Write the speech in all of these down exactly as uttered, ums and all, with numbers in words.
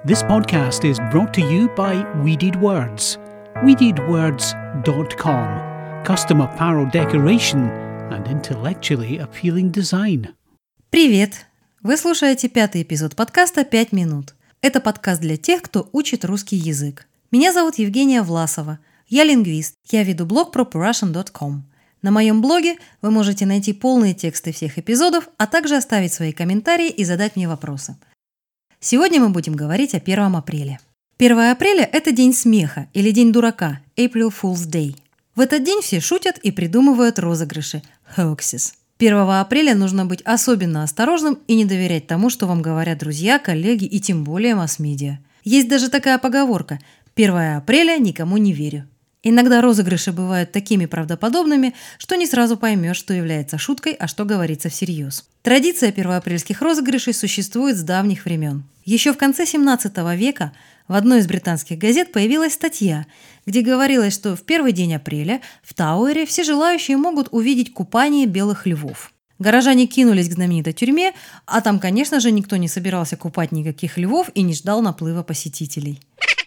This podcast is brought to you by We Did Words. we did words dot com. Custom apparel decoration and intellectually appealing design. Привет! Вы слушаете пятый эпизод подкаста «пять минут». Это подкаст для тех, кто учит русский язык. Меня зовут Евгения Власова. Я лингвист. Я веду блог пропер рассиан точка ком. На моем блоге вы можете найти полные тексты всех эпизодов, а также оставить свои комментарии и задать мне вопросы. Сегодня мы будем говорить о первом апреля. первое апреля – это день смеха или день дурака – April Fool's Day. В этот день все шутят и придумывают розыгрыши – hoaxes. первого апреля нужно быть особенно осторожным и не доверять тому, что вам говорят друзья, коллеги и тем более масс-медиа. Есть даже такая поговорка «первое апреля никому не верю». Иногда розыгрыши бывают такими правдоподобными, что не сразу поймешь, что является шуткой, а что говорится всерьез. Традиция первоапрельских розыгрышей существует с давних времен. Еще в конце семнадцатого века в одной из британских газет появилась статья, где говорилось, что в первый день апреля в Тауэре все желающие могут увидеть купание белых львов. Горожане кинулись к знаменитой тюрьме, а там, конечно же, никто не собирался купать никаких львов и не ждал наплыва посетителей.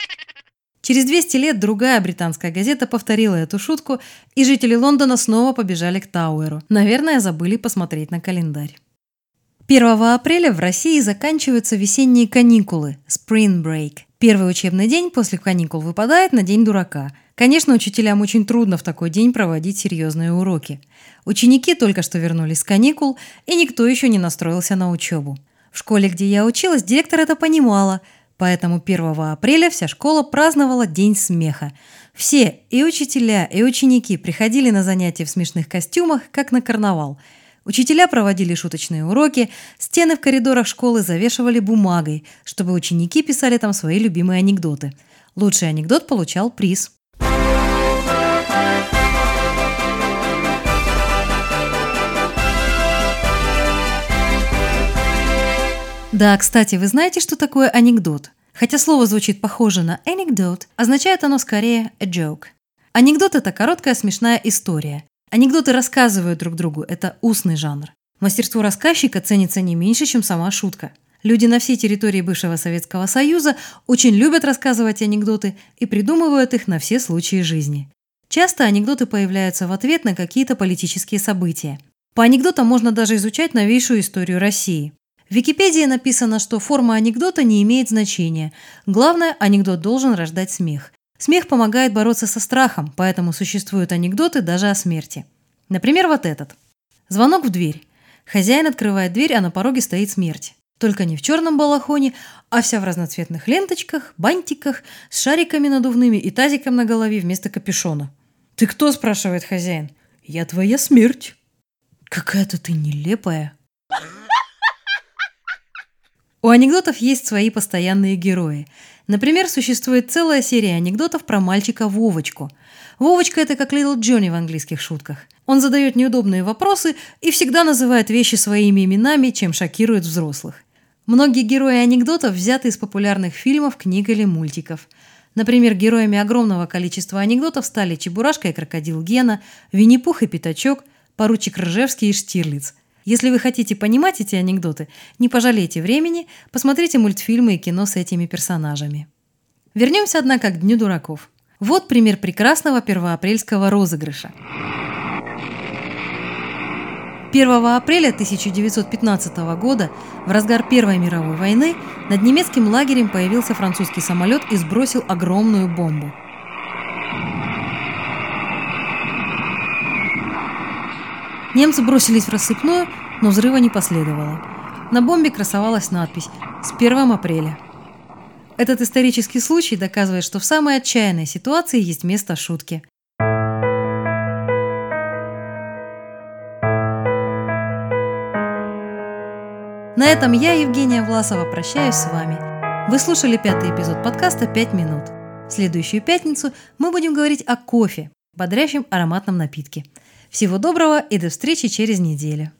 Через двести лет другая британская газета повторила эту шутку, и жители Лондона снова побежали к Тауэру. Наверное, забыли посмотреть на календарь. первого апреля в России заканчиваются весенние каникулы – Spring Break. Первый учебный день после каникул выпадает на День дурака. Конечно, учителям очень трудно в такой день проводить серьезные уроки. Ученики только что вернулись с каникул, и никто еще не настроился на учебу. В школе, где я училась, директор это понимала, поэтому первого апреля вся школа праздновала День смеха. Все, и учителя, и ученики, приходили на занятия в смешных костюмах, как на карнавал. Учителя проводили шуточные уроки, стены в коридорах школы завешивали бумагой, чтобы ученики писали там свои любимые анекдоты. Лучший анекдот получал приз. Да, кстати, вы знаете, что такое анекдот? Хотя слово звучит похоже на anecdote, означает оно скорее a joke. Анекдот – это короткая смешная история. Анекдоты рассказывают друг другу – это устный жанр. Мастерство рассказчика ценится не меньше, чем сама шутка. Люди на всей территории бывшего Советского Союза очень любят рассказывать анекдоты и придумывают их на все случаи жизни. Часто анекдоты появляются в ответ на какие-то политические события. По анекдотам можно даже изучать новейшую историю России. В Википедии написано, что форма анекдота не имеет значения. Главное, анекдот должен рождать смех. Смех помогает бороться со страхом, поэтому существуют анекдоты даже о смерти. Например, вот этот. Звонок в дверь. Хозяин открывает дверь, а на пороге стоит смерть. Только не в черном балахоне, а вся в разноцветных ленточках, бантиках, с шариками надувными и тазиком на голове вместо капюшона. «Ты кто?» – спрашивает хозяин. «Я твоя смерть». «Какая-то ты нелепая». У анекдотов есть свои постоянные герои. Например, существует целая серия анекдотов про мальчика Вовочку. Вовочка – это как Little Johnny в английских шутках. Он задает неудобные вопросы и всегда называет вещи своими именами, чем шокирует взрослых. Многие герои анекдотов взяты из популярных фильмов, книг или мультиков. Например, героями огромного количества анекдотов стали Чебурашка и крокодил Гена, Винни-Пух и Пятачок, поручик Ржевский и Штирлиц. Если вы хотите понимать эти анекдоты, не пожалейте времени, посмотрите мультфильмы и кино с этими персонажами. Вернемся, однако, к Дню дураков. Вот пример прекрасного первоапрельского розыгрыша. первого апреля тысяча девятьсот пятнадцатого года, в разгар Первой мировой войны, над немецким лагерем появился французский самолет и сбросил огромную бомбу. Немцы бросились в рассыпную, но взрыва не последовало. На бомбе красовалась надпись «С первым апреля». Этот исторический случай доказывает, что в самой отчаянной ситуации есть место шутки. На этом я, Евгения Власова, прощаюсь с вами. Вы слушали пятый эпизод подкаста «пять минут». В следующую пятницу мы будем говорить о кофе, бодрящем ароматном напитке. Всего доброго и до встречи через неделю.